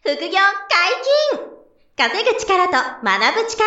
副業解禁！稼ぐ力と学ぶ力。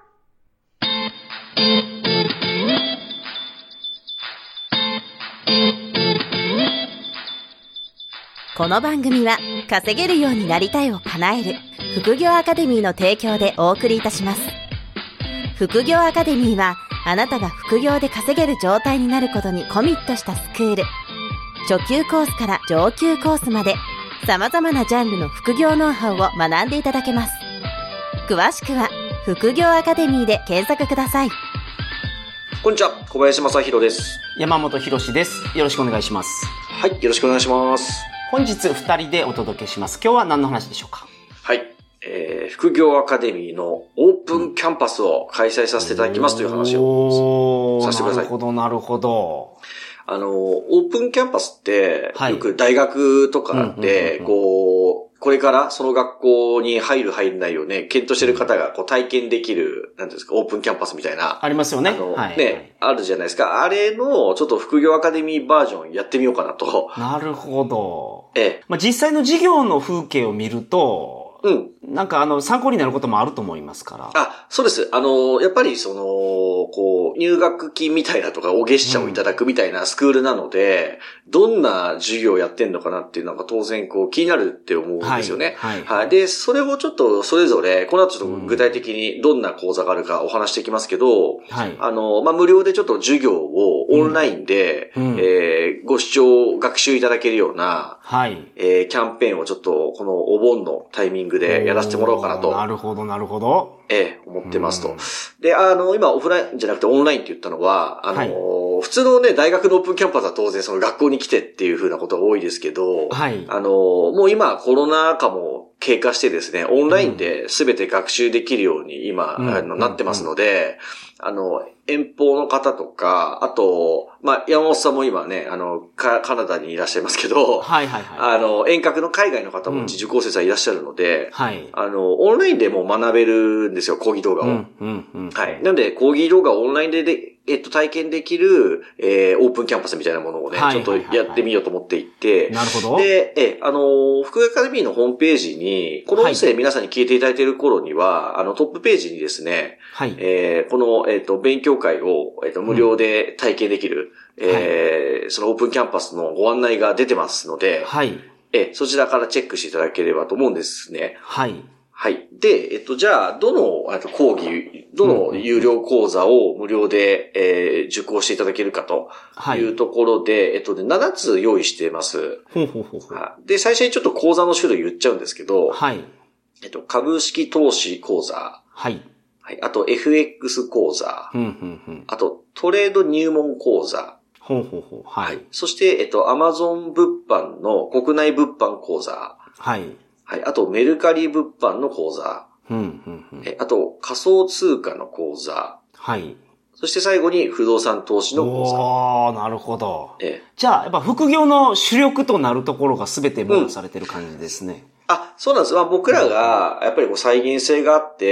この番組は稼げるようになりたいを叶える副業アカデミーの提供でお送りいたします。副業アカデミーはあなたが副業で稼げる状態になることにコミットしたスクール。初級コースから上級コースまで様々なジャンルの副業ノウハウを学んでいただけます。詳しくは副業アカデミーで検索ください。 こんにちは、小林正弘です。 山本博です。よろしくお願いします。 はい、よろしくお願いします。 本日2人でお届けします。今日は何の話でしょうか？ はい、副業アカデミーのオープンキャンパスを開催させていただきますという話をさせてください。 なるほど、なるほど。 オープンキャンパスって、よく大学とかで、これからその学校に入る入んないをね、検討してる方が体験できる、なんていうんですか、オープンキャンパスみたいな。 ありますよね。 あるじゃないですか。あれの、ちょっと副業アカデミーバージョンやってみようかなと。 なるほど。実際の授業の風景を見ると、なんか参考になることもあると思いますから。 そうです。やっぱり入学金みたいなとか、お月謝をいただくみたいなスクールなので、どんな授業をやってんのかなっていうのが当然気になるって思うんですよね。で、それをちょっとそれぞれ、この後ちょっと具体的にどんな講座があるかお話していきますけど、無料でちょっと授業をオンラインで、ご視聴、学習いただけるような、キャンペーンをちょっとこのお盆のタイミングでやらせてもらおうかなと。 なるほど、なるほど。 思ってますと。で、今オフラインじゃなくてオンラインって言ったのは、普通のね、大学のオープンキャンパスは当然その学校に来てっていう風なことが多いですけど、もう今コロナ禍も経過してですね、オンラインで全て学習できるように今、なってますので、遠方の方とか、あと、山本さんも今ね、カナダにいらっしゃいますけど、遠隔の海外の方も受講生さんいらっしゃるので、オンラインでも学べるんですよ、講義動画を。なので、講義動画をオンラインで体験できる、オープンキャンパスみたいなものをね、ちょっとやってみようと思っていて、 なるほど。 で、副業アカデミーのホームページに、この音声皆さんに聞いていただいている頃には、トップページにですね、この、勉強会を、無料で体験できる、そのオープンキャンパスのご案内が出てますので、そちらからチェックしていただければと思うんですね。で、じゃあ、どの有料講座を無料で、受講していただけるかというところで、7つ用意しています。で、最初にちょっと講座の種類言っちゃうんですけど、株式投資講座。あと FX 講座。あとトレード入門講座。そして、Amazon 物販の国内物販講座。あとメルカリ物販の講座。あと仮想通貨の講座。そして最後に不動産投資の講座。 なるほど。じゃあ、やっぱ副業の主力となるところが全て網羅されてる感じですね。 そうなんです。僕らが、やっぱり再現性があって、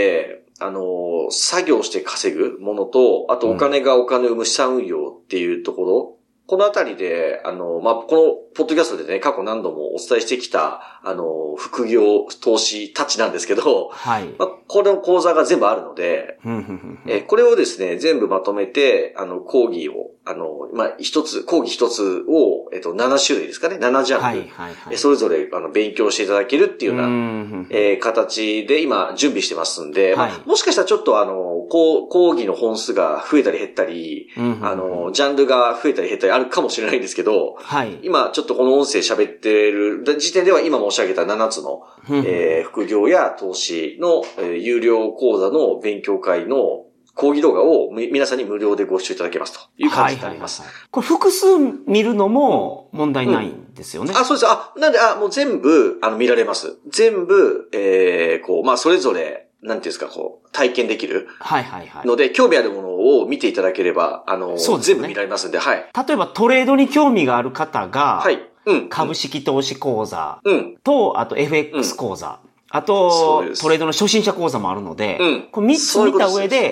作業して稼ぐものと、あとお金がお金を生む資産運用っていうところ、このあたりで、このポッドキャストでね、過去何度もお伝えしてきた、副業投資たちなんですけど、この講座が全部あるので、これをですね、全部まとめて、講義を、講義一つを、7種類ですかね、7ジャンル、それぞれ、勉強していただけるっていうような、形で今、準備してますんで、もしかしたらちょっと講義の本数が増えたり減ったり、ジャンルが増えたり減ったりあるかもしれないんですけど、今ちょっとこの音声喋ってる時点では今申し上げた7つの、副業や投資の、有料講座の勉強会の講義動画を皆さんに無料でご視聴いただけますという感じになります。 これ複数見るのも問題ないんですよね。 そうです。なんで、もう全部、見られます。全部、それぞれ、なんていうんですか、体験できる。ので、興味あるものを見ていただければ、全部見られますんで、 例えばトレードに興味がある方が、株式投資講座と、あと FX 講座、あと、トレードの初心者講座もあるので、これ3つ見た上で、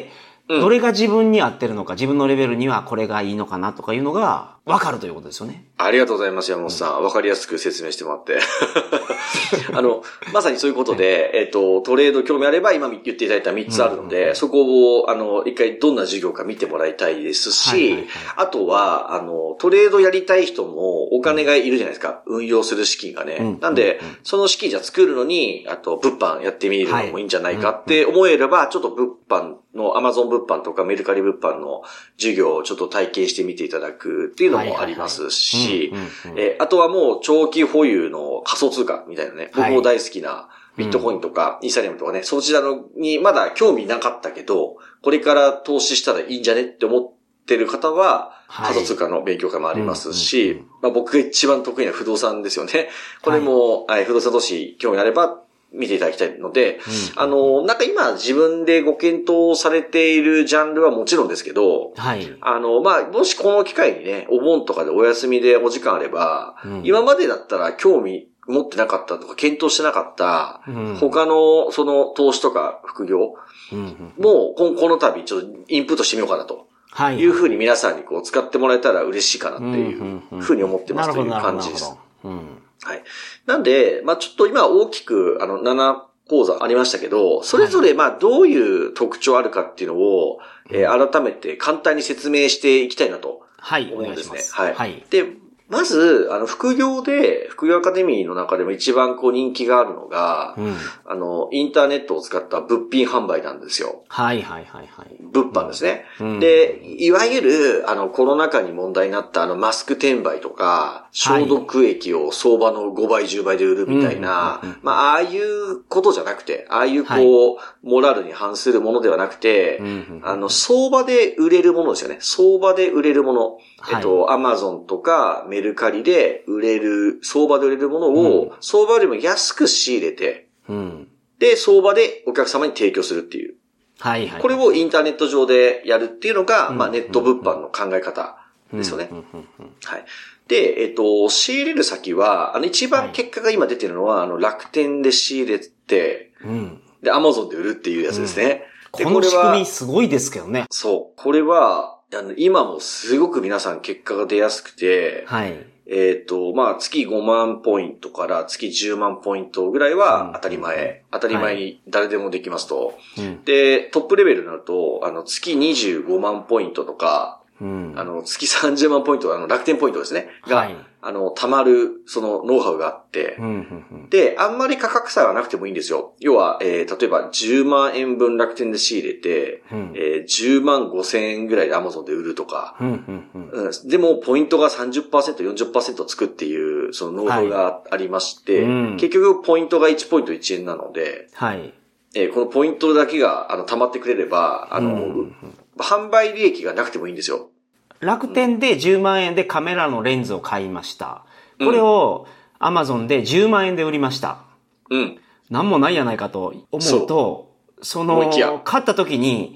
どれが自分に合ってるのか、自分のレベルにはこれがいいのかなとかいうのが分かるということですよね。 ありがとうございます、山本さん。わかりやすく説明してもらって。まさにそういうことで、トレード興味あれば今言っていただいた3つあるので、そこを、一回どんな授業か見てもらいたいですし、あとは、トレードやりたい人もお金がいるじゃないですか。運用する資金がね。なんで、その資金じゃ作るのに、あと、物販やってみるのもいいんじゃないかって思えれば、ちょっと物販の Amazon 物販とかメルカリ物販の授業をちょっと体験してみていただくっていうのもありますし、あとはもう長期保有の仮想通貨みたいなね、僕も大好きなビットコインとかイーサリアムとかね、そちらのにまだ興味なかったけど、これから投資したらいいんじゃねって思ってる方は、仮想通貨の勉強会もありますし、僕が一番得意な不動産ですよね。これも、不動産投資興味あれば、見ていただきたいので、なんか今自分でご検討されているジャンルはもちろんですけど、もしこの機会にね、お盆とかでお休みでお時間あれば、今までだったら興味持ってなかったとか検討してなかった、他のその投資とか副業もこの度ちょっとインプットしてみようかなと。いうふうに皆さんにこう使ってもらえたら嬉しいかなっていうふうに思ってますという感じです。はい。なんで、ちょっと今大きく、7講座ありましたけど、それぞれどういう特徴あるかっていうのを、改めて簡単に説明していきたいなと思うんですね。はい。で、まず、副業アカデミーの中でも一番人気があるのが、インターネットを使った物品販売なんですよ。物販ですね。で、いわゆる、コロナ禍に問題になったマスク転売とか、消毒液を相場の5倍、10倍で売るみたいな、ああいうことじゃなくて、ああいうモラルに反するものではなくて、相場で売れるものですよね。相場で売れるもの。Amazon とかメルカリで相場で売れるものを、相場よりも安く仕入れて、で、相場でお客様に提供するっていう。これをインターネット上でやるっていうのが、ネット物販の考え方ですよね。で、仕入れる先は、一番結果が今出てるのは、楽天で仕入れて、で、Amazon で売るっていうやつですね。 この仕組みすごいですけどね。 そう。これは、今もすごく皆さん結果が出やすくて、月5万ポイントから月10万ポイントぐらいは当たり前に誰でもできますと。で、トップレベルになると、月25万ポイントとか、月30万ポイント、楽天ポイントですね。が、貯まる、そのノウハウがあって、で、あんまり価格差がなくてもいいんですよ。要は、例えば10万円分楽天で仕入れて、10万5千円ぐらいで Amazon で売るとか、でも、ポイントが 30%、40% つくっていう、そのノウハウがありまして、結局、ポイントが1ポイント1円なので、このポイントだけが、貯まってくれれば、販売利益がなくてもいいんですよ。 楽天で10万円でカメラのレンズを買いました。これを Amazon で10万円で売りました。なんもないやないかと思うと、買った時に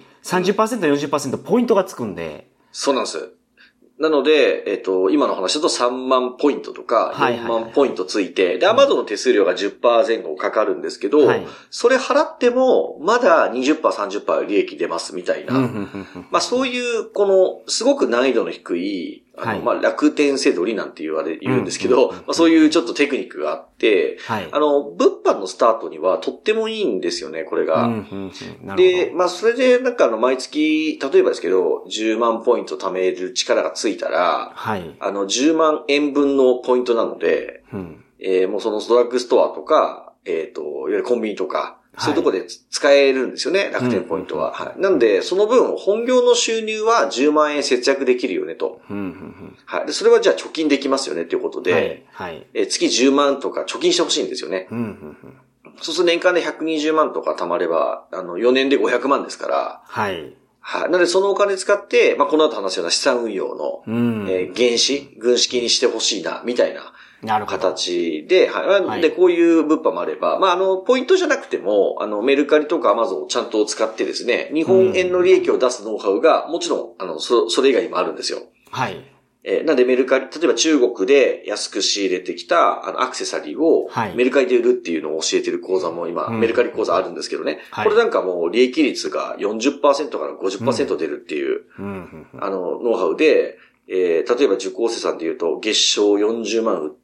30%、40% ポイントがつくんで。 そうなんです。なので、今の話だと3万ポイントとか4万ポイントついて、で、Amazon の手数料が 10% 前後かかるんですけど、それ払っても、まだ 20%、30% 利益出ますみたいな。そういう、すごく難易度の低い、楽天せどりなんて言うんですけど、そういうちょっとテクニックがあって、物販のスタートにはとってもいいんですよね、これが。で、それで毎月、例えばですけど、10万ポイント貯める力がついたら、10万円分のポイントなので、もうそのドラッグストアとか、いわゆるコンビニとか、そういうところで使えるんですよね、楽天ポイントは。なので、その分、本業の収入は10万円節約できるよねと。で、それはじゃあ貯金できますよねっていうことで、月10万とか貯金してほしいんですよね。そうすると年間で120万とか貯まれば、4年で500万ですから、なので、そのお金使って、この後話すような資産運用の、軍資金にしてほしいな、みたいな。形で、で、こういう物販もあれば、ポイントじゃなくても、メルカリとか Amazon をちゃんと使ってですね、日本円の利益を出すノウハウが、もちろん、それ以外にもあるんですよ。 なんでメルカリ、例えば中国で安く仕入れてきたアクセサリーをメルカリで売るっていうのを教えてる講座も今、メルカリ講座あるんですけどね。これなんかもう利益率が 40% から 50% 出るっていう、ノウハウで、例えば受講生さんで言うと月賞40万売って、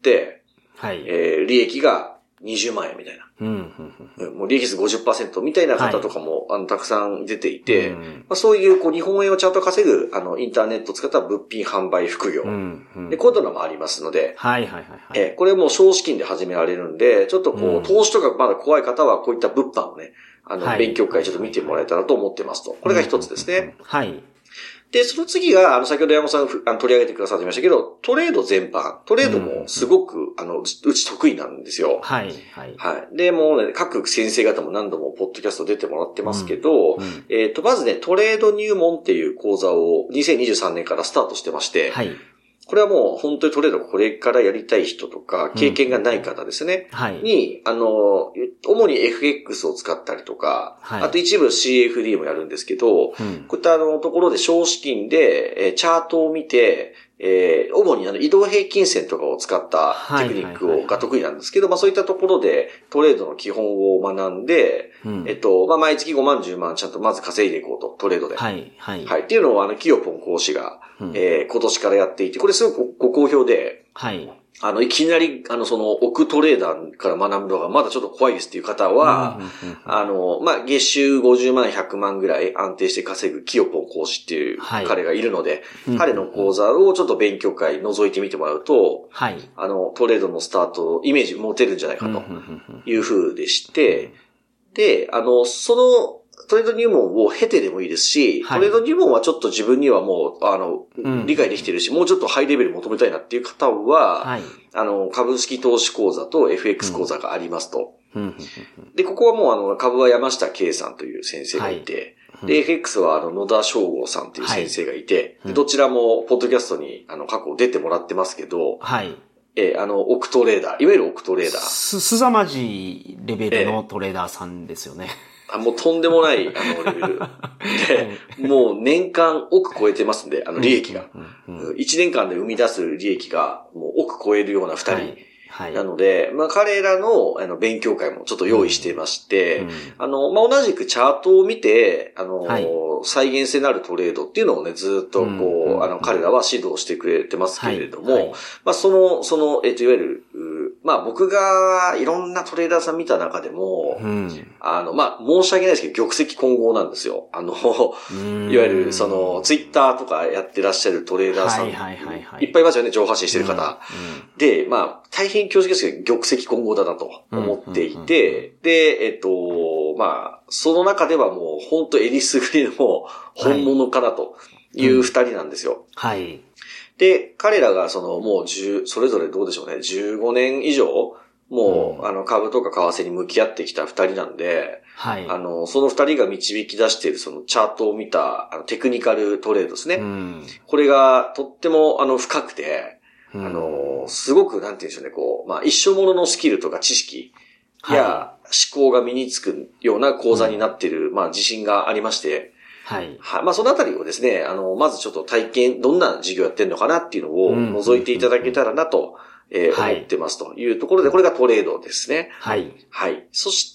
利益が20万円みたいな。もう利益率 50% みたいな方とかも、たくさん出ていて、そういう、日本円をちゃんと稼ぐ、インターネットを使った物品販売副業。で、こういうのもありますので、これも少資金で始められるんで、ちょっと投資とかまだ怖い方は、こういった物販をね、勉強会ちょっと見てもらえたらと思ってますと。これが一つですね。で、その次が、先ほど山本さん取り上げてくださってましたけど、トレード全般。トレードもすごく、うち得意なんですよ。で、もうね、各先生方も何度もポッドキャスト出てもらってますけど、まずね、トレード入門っていう講座を2023年からスタートしてまして、これはもう本当にトレードこれからやりたい人とか、経験がない方ですね。に、主に FX を使ったりとか、あと一部 CFD もやるんですけど、こういったところで少資金で、チャートを見て、主に移動平均線とかを使ったテクニックが得意なんですけど、そういったところでトレードの基本を学んで、毎月5万10万ちゃんとまず稼いでいこうと、トレードで。っていうのをキヨポン講師が、今年からやっていて、これすごくご好評で、いきなり、億トレーダーから学ぶのがまだちょっと怖いですっていう方は、月収50万、100万ぐらい安定して稼ぐキヨポン講師っていう彼がいるので、彼の講座をちょっと勉強会覗いてみてもらうと、トレードのスタート、イメージ持てるんじゃないかという風でして、で、その、トレード入門を経てでもいいですし、トレード入門はちょっと自分にはもう、理解できてるし、もうちょっとハイレベル求めたいなっていう方は、株式投資講座と FX 講座がありますと。で、ここはもう株は山下圭さんという先生がいて、で、FX は野田翔吾さんという先生がいて、どちらもポッドキャストに過去出てもらってますけど、億トレーダー、いわゆる億トレーダー。 凄まじいレベルのトレーダーさんですよね。 もうとんでもない、レベル。で、もう年間億超えてますんで、利益が。1年間で生み出す利益が、もう億超えるような2人。なので、彼らの、勉強会もちょっと用意してまして、同じくチャートを見て、再現性のあるトレードっていうのをね、ずっと彼らは指導してくれてますけれども、いわゆる、僕がいろんなトレーダーさん見た中でも、申し訳ないですけど、玉石混合なんですよ。いわゆる、ツイッターとかやってらっしゃるトレーダーさん、いっぱいいますよね、上半身してる方。で、大変恐縮ですけど、玉石混合だなと思っていて、で、その中ではもう本当えりすぐりの本物かなという二人なんですよ。で、彼らがもうそれぞれどうでしょうね、15年以上、もう、株とか為替に向き合ってきた二人なんで、その二人が導き出しているそのチャートを見たテクニカルトレードですね。これがとっても深くて、すごくなんて言うんでしょうね、一生もののスキルとか知識や思考が身につくような講座になっている、自信がありまして、そのあたりをですね、まずちょっと体験、どんな授業やってんのかなっていうのを覗いていただけたらなと、思ってますというところで、これがトレードですね。そして、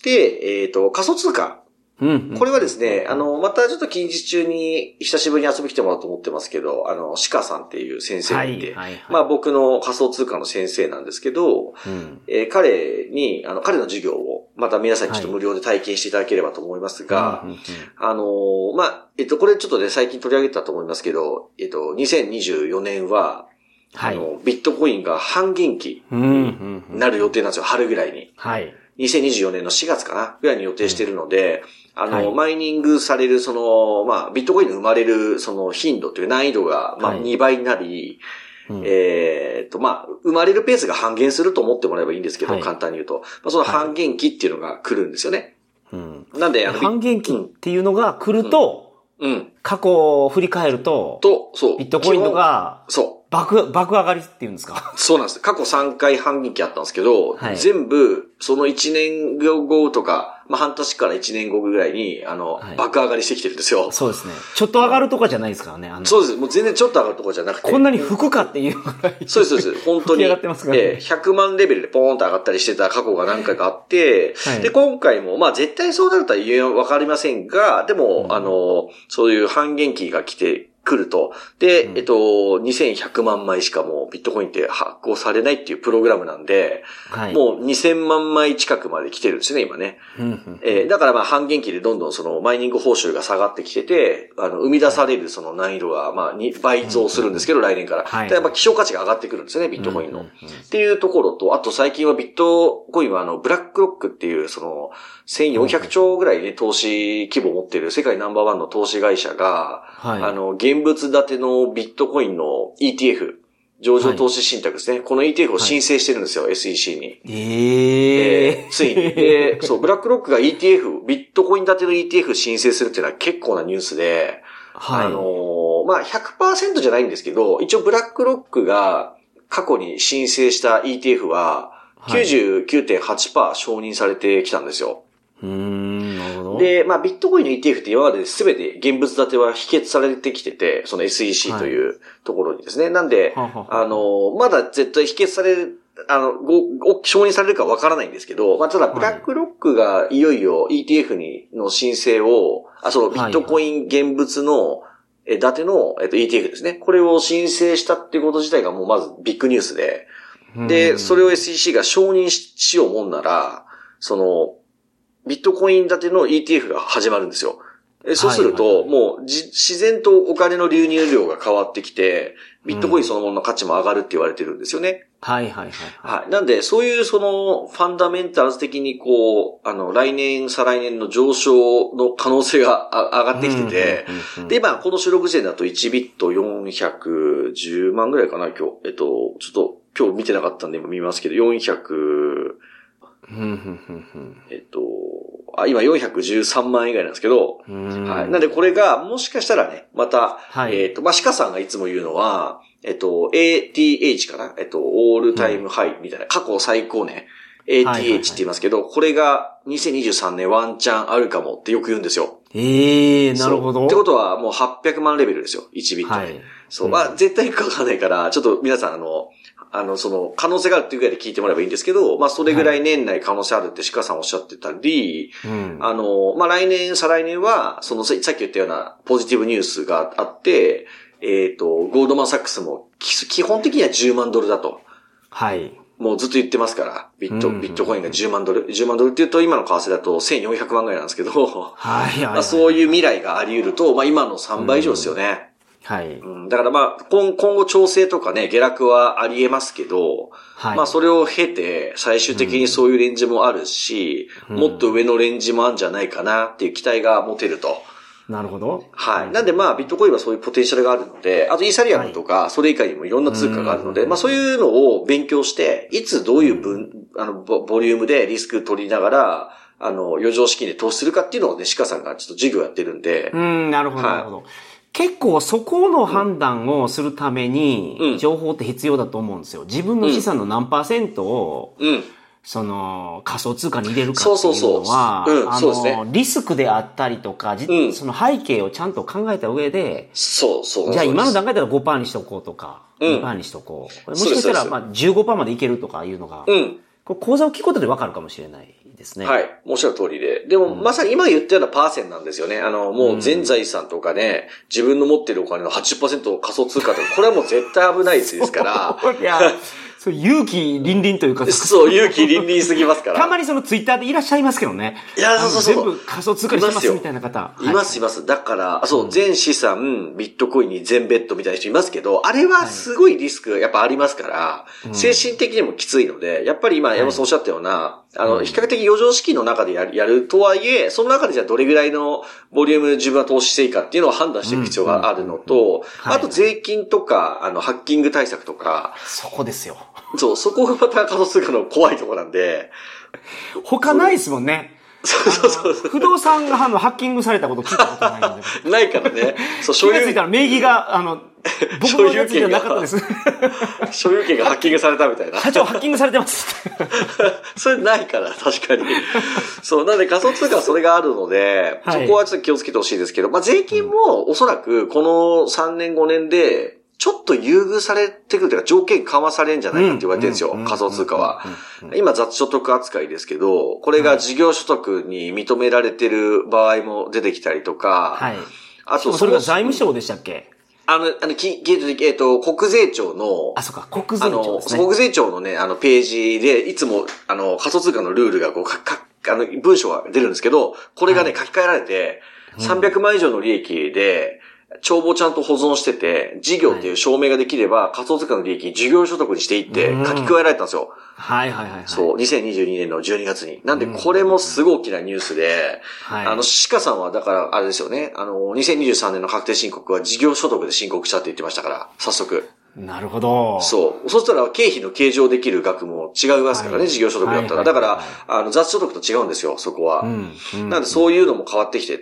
仮想通貨。これはですね、またちょっと近日中に久しぶりに遊びに来てもらおうと思ってますけど、鹿さんっていう先生がいて、僕の仮想通貨の先生なんですけど、彼の授業をまた皆さんにちょっと無料で体験していただければと思いますが、これちょっとね、最近取り上げたと思いますけど、2024年は、ビットコインが半減期になる予定なんですよ、春ぐらいに。2024年の4月かなぐらいに予定しているので、マイニングされるビットコインの生まれる頻度という難易度が2倍になり、生まれるペースが半減すると思ってもらえばいいんですけど、簡単に言うと、その半減期っていうのが来るんですよね。なんで、 半減期っていうのが来ると、過去を振り返ると、ビットコインが爆上がりっていうんですか？ そうなんです。過去3回反撃あったんですけど、全部、その1年後とか、半年から1年後ぐらいに、爆上がりしてきてるんですよ。 そうですね。ちょっと上がるとかじゃないですからね。 そうです。もう全然ちょっと上がるとかじゃなくて。 こんなに吹くかっていうぐらい。 そうです。本当に。 上がってますからね。 100万レベルでポーンと上がったりしてた過去が何回かあって、で、今回も、絶対そうなるとはわかりませんが、でも、そういう半減期が来ると。で、2100万枚しかもうビットコインって発行されないっていうプログラムなんで、もう2000万枚近くまで来てるんですね、今ね。だから半減期でどんどんそのマイニング報酬が下がってきてて、生み出されるその難易度が倍増するんですけど、来年から。やっぱ希少価値が上がってくるんですよね、ビットコインの。っていうところと、あと最近はビットコインはブラックロックっていうその1400兆ぐらいね、投資規模を持っている世界ナンバーワンの投資会社が、現物建てのビットコインの ETF、上場投資信託ですね。この ETF を申請してるんですよ、SEC に。ついに。そう、ブラックロックが ETF、ビットコイン建ての ETF 申請するっていうのは結構なニュースで、100% じゃないんですけど、一応ブラックロックが過去に申請した ETF は 99.8% 承認されてきたんですよ。 なるほど。 で、ビットコインの ETF って今まで全て現物建ては否決されてきてて、その SEC というところにですね。なんで、まだ絶対否決される、承認されるかわからないんですけど、ただ、ブラックロックがいよいよ ETF の申請を、そのビットコイン現物の、建ての、ETF ですね。これを申請したっていうこと自体がもうまずビッグニュースで、で、それを SEC が承認しようもんなら、その、ビットコイン建ての ETF が始まるんですよ。そうすると、もう自然とお金の流入量が変わってきて、ビットコインそのものの価値も上がるって言われてるんですよね。なんで、そういうそのファンダメンタルズ的に来年、再来年の上昇の可能性が上がってきてて、で、今、この収録時点だと1ビット410万ぐらいかな、今日。ちょっと、今日見てなかったんで今見ますけど、今413万円ぐらいなんですけど、なんでこれがもしかしたらね、また、鹿さんがいつも言うのは、ATH かなオールタイムハイみたいな、過去最高値、ATH って言いますけど、これが2023年ワンチャンあるかもってよく言うんですよ。 なるほど。 ってことはもう800万レベルですよ、1ビットで。そう、絶対いくかわかんないから、ちょっと皆さんその可能性があるっていうぐらいで聞いてもらえばいいんですけど、それぐらい年内可能性あるって鹿さんおっしゃってたり、来年、再来年は、さっき言ったようなポジティブニュースがあって、ゴールドマンサックスも基本的には10万ドルだと。もうずっと言ってますから、ビットコインが10万ドル。10万ドルって言うと今の為替だと1400万ぐらいなんですけど、そういう未来があり得ると、今の3倍以上ですよね。だから今後調整とかね、下落はあり得ますけど、それを経て、最終的にそういうレンジもあるし、もっと上のレンジもあるんじゃないかなっていう期待が持てると。 なるほど。 なんでビットコインはそういうポテンシャルがあるので、あとイーサリアムとか、それ以外にもいろんな通貨があるので、そういうのを勉強して、いつどういうボリュームでリスク取りながら、余剰資金で投資するかっていうのをね、鹿さんがちょっと授業やってるんで。 なるほど、なるほど。結構そこの判断をするために、情報って必要だと思うんですよ。自分の資産の何%を、その仮想通貨に入れるかっていうのは、リスクであったりとか、その背景をちゃんと考えた上で、じゃあ今の段階だったら 5% にしとこうとか、2% にしとこう。もしかしたら15% までいけるとかいうのが、講座を聞くことで分かるかもしれないですね。おっしゃる通りで。でも、まさに今言ったようなパーセンなんですよね。もう全財産とかね、自分の持ってるお金の 80% 仮想通貨とか、これはもう絶対危ないですから。 勇気凛々というか。 そう、勇気凛々すぎますから。 たまにそのツイッターでいらっしゃいますけどね。全部仮想通貨にしますみたいな方。 います。だから、全資産、ビットコインに全ベッドみたいな人いますけど、あれはすごいリスクがやっぱありますから、精神的にもきついので、やっぱり今、山本さんおっしゃったような、比較的余剰資金の中でやるとはいえ、その中でじゃあどれぐらいのボリューム自分は投資していいかっていうのを判断していく必要があるのと、あと税金とか、ハッキング対策とか。 そこですよ。 そこがまた仮想通貨の怖いところなんで。 他ないですもんね。不動産がハッキングされたこと聞いたことないので。 ないからね。 気がついたら名義が、 僕のやつじゃなかったです。 所有権がハッキングされたみたいな。 社長ハッキングされてます。 それないから、確かに。そう、なんで仮想通貨はそれがあるので、そこはちょっと気をつけてほしいですけど、まあ税金もおそらくこの3年5年で、ちょっと優遇されてくるというか条件緩和されるんじゃないかって言われてるんですよ、仮想通貨は。今雑所得扱いですけど、これが事業所得に認められてる場合も出てきたりとか、 はい。あとそれが財務省でしたっけ？ 国税庁の、 あ、そうか、国税庁ですね。 国税庁のね、ページで、いつも、仮想通貨のルールが文章が出るんですけど、これがね、書き換えられて、300万以上の利益で、帳簿をちゃんと保存してて、事業っていう証明ができれば、仮想通貨の利益、事業所得にしていって書き加えられたんですよ。 はいはいはい。 そう、2022年の12月に。なんで、これもすごい大きなニュースで、鹿さんはだから、あれですよね、2023年の確定申告は事業所得で申告したって言ってましたから、早速。 なるほど。 そう。そしたら経費の計上できる額も違いますからね、事業所得だったら。だから、雑所得と違うんですよ、そこは。なんでそういうのも変わってきてって、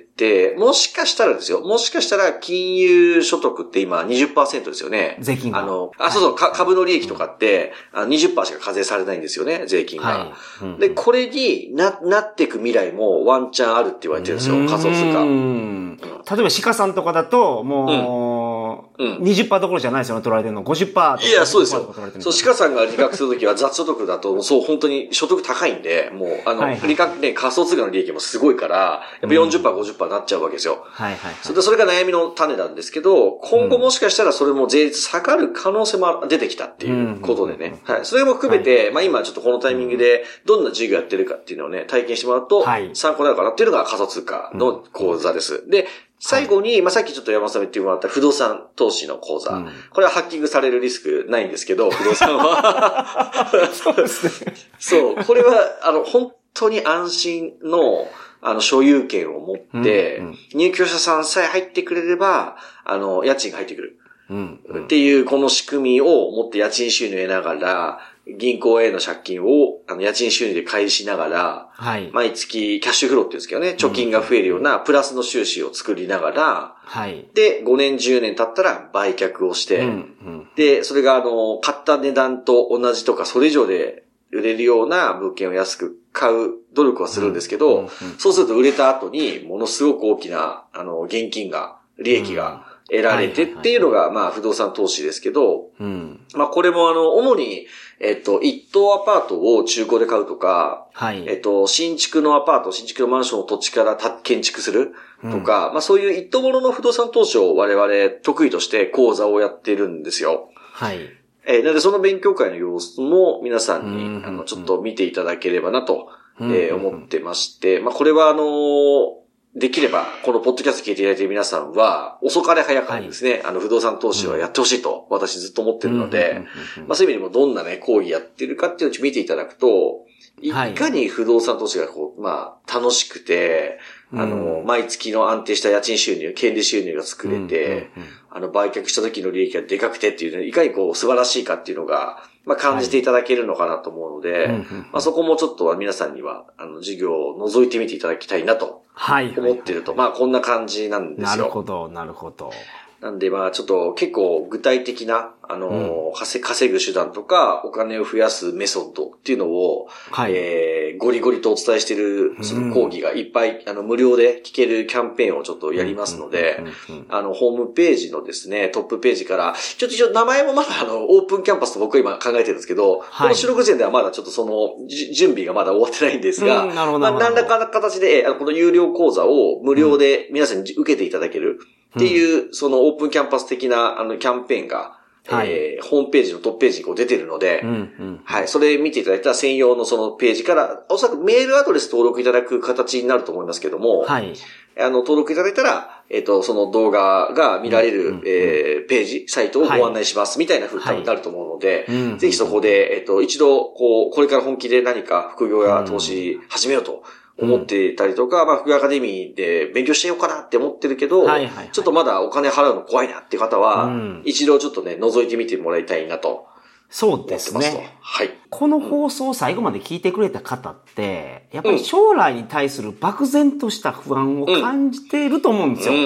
もしかしたらですよ、もしかしたら金融所得って今 20% ですよね。 税金が。 そう、株の利益とかって、20% しか課税されないんですよね、税金が。で、これになっていく未来もワンチャンあるって言われてるんですよ、仮想通貨。 例えば鹿さんとかだと、もう、20% どころじゃないですよね、取られてるの。50%とか。 いや、そうですよ。そう、鹿さんが利確するときは雑所得だと、そう、本当に所得高いんで、もう、利確ね、仮想通貨の利益もすごいから、やっぱ 40%、50% になっちゃうわけですよ。それが悩みの種なんですけど、今後もしかしたらそれも税率下がる可能性も出てきたっていうことでね。はい。それも含めて、まあ今ちょっとこのタイミングで、どんな授業やってるかっていうのをね、体験してもらうと、参考になるかなっていうのが仮想通貨の講座です。で、最後に、まあ、さっきちょっと山本さん言ってもらった不動産投資の講座。これはハッキングされるリスクないんですけど、不動産は。 そうですね。 そう、これは、本当に安心の、所有権を持って、入居者さんさえ入ってくれれば、家賃が入ってくる。っていう、この仕組みを持って家賃収入を得ながら、銀行への借金を、家賃収入で返しながら、毎月キャッシュフローって言うんですけどね、貯金が増えるようなプラスの収支を作りながら、で、5年10年経ったら売却をして、で、それが買った値段と同じとか、それ以上で売れるような物件を安く買う努力はするんですけど、そうすると売れた後に、ものすごく大きな、現金が、利益が、得られてっていうのが、まあ、不動産投資ですけど、まあ、これも主に、一棟アパートを中古で買うとか、新築のアパート、新築のマンションを土地から建築するとか、まあ、そういう一棟物の不動産投資を我々得意として講座をやってるんですよ。なので、その勉強会の様子も皆さんに、ちょっと見ていただければなと、思ってまして、まあ、これはできれば、このポッドキャスト聞いていただいている皆さんは、遅かれ早かれですね、不動産投資はやってほしいと、私ずっと思ってるので、まあそういう意味でもどんなね、行為やってるかっていうのを見ていただくと、いかに不動産投資がまあ、楽しくて、毎月の安定した家賃収入、権利収入が作れて、売却した時の利益がでかくてっていうね、いかに素晴らしいかっていうのが、まあ感じていただけるのかなと思うので、まあそこもちょっと皆さんには、授業を覗いてみていただきたいなと、思ってると、まあこんな感じなんですよ。 なるほど、なるほど。 なんでまあちょっと結構具体的な、稼ぐ手段とかお金を増やすメソッドっていうのを、ゴリゴリとお伝えしているその講義がいっぱい無料で聞けるキャンペーンをちょっとやりますので、ホームページのですね、トップページから、ちょっと一応名前もまだオープンキャンパスと僕は今考えてるんですけど、この収録時点ではまだちょっとその準備がまだ終わってないんですが、まあ何らかの形でこの有料講座を無料で皆さんに受けていただけるっていう、そのオープンキャンパス的なキャンペーンが、ホームページのトップページに出てるので、それ見ていただいたら専用のそのページから、おそらくメールアドレス登録いただく形になると思いますけども、登録いただいたら、その動画が見られる、ページ、サイトをご案内しますみたいな風になると思うので、ぜひそこで、一度、これから本気で何か副業や投資始めようと、思っていたりとか、まあ、副業アカデミーで勉強してようかなって思ってるけど、ちょっとまだお金払うの怖いなっていう方は、一度ちょっとね、覗いてみてもらいたいなと。 そうですね。この放送を最後まで聞いてくれた方って、やっぱり将来に対する漠然とした不安を感じていると思うんですよ。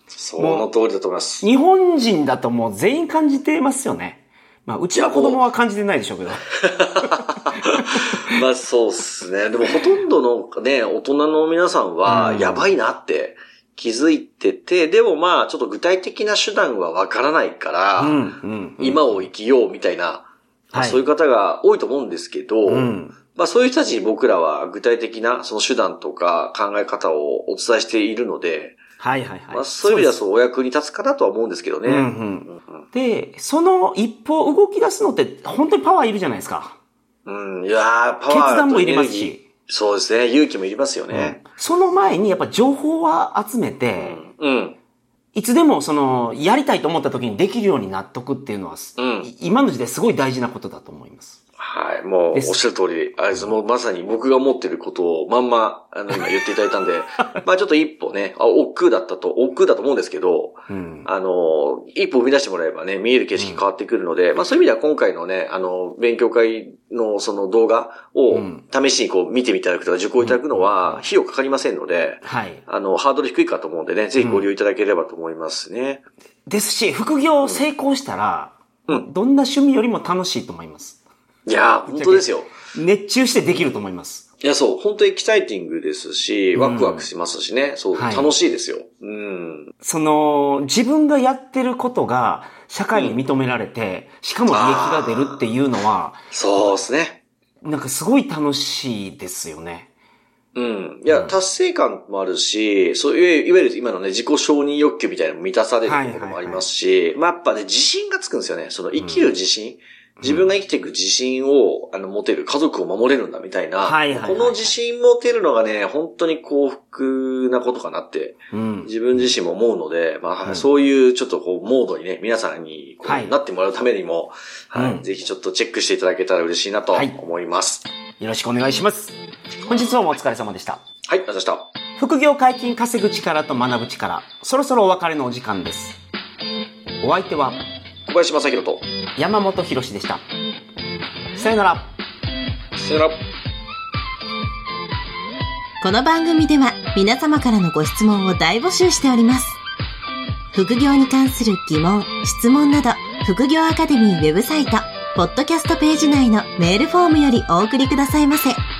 その通りだと思います。 日本人だともう全員感じてますよね。まあ、うちの子供は感じてないでしょうけど。 まあそうっすね。でもほとんどのね、大人の皆さんは、やばいなって気づいてて、でもまあちょっと具体的な手段はわからないから、今を生きようみたいな、そういう方が多いと思うんですけど、まあそういう人たちに僕らは具体的なその手段とか考え方をお伝えしているので、まあそういう意味ではそうお役に立つかなとは思うんですけどね。 で、その一歩動き出すのって本当にパワーいるじゃないですか。 いやー、パワー。 決断もいりますし。 そうですね。勇気もいりますよね。 その前にやっぱ情報は集めて、いつでもやりたいと思った時にできるようになっとくっていうのは、今の時代すごい大事なことだと思います。 はい。もう、おっしゃる通り、もうまさに僕が思ってることをまんま、今言っていただいたんで、まあちょっと一歩ね、億劫だと思うんですけど、一歩踏み出してもらえばね、見える景色変わってくるので、まあそういう意味では今回のね、勉強会のその動画を試しにこう見てみていただくとか受講いただくのは、費用かかりませんので、ハードル低いかと思うんでね、ぜひご利用いただければと思いますね。 ですし、副業成功したら、どんな趣味よりも楽しいと思います。 いやー、本当ですよ。 熱中してできると思います。 いや、そう、本当にエキサイティングですし、ワクワクしますしね、そう、楽しいですよ。 自分がやってることが社会に認められて、しかも利益が出るっていうのは、 そうですね。 なんかすごい楽しいですよね。 いや、達成感もあるし、そういう、いわゆる今のね、自己承認欲求みたいなのも満たされるところもありますし、まあやっぱね、自信がつくんですよね。その生きる自信。自分が生きていく自信を、持てる、家族を守れるんだみたいな、この自信持てるのがね、本当に幸福なことかなって、自分自身も思うので、まあ、そういうちょっとこう、モードにね、皆さんにこうなってもらうためにも、ぜひちょっとチェックしていただけたら嬉しいなと思います。 よろしくお願いします。本日はお疲れ様でした。 はい、ありがとうございました。 副業解禁稼ぐ力と学ぶ力、そろそろお別れのお時間です。お相手は、 小林正宏と山本博史でした。さよなら。 さよなら。 この番組では皆様からのご質問を大募集しております。副業に関する疑問、質問など、副業アカデミーウェブサイト、ポッドキャストページ内のメールフォームよりお送りくださいませ。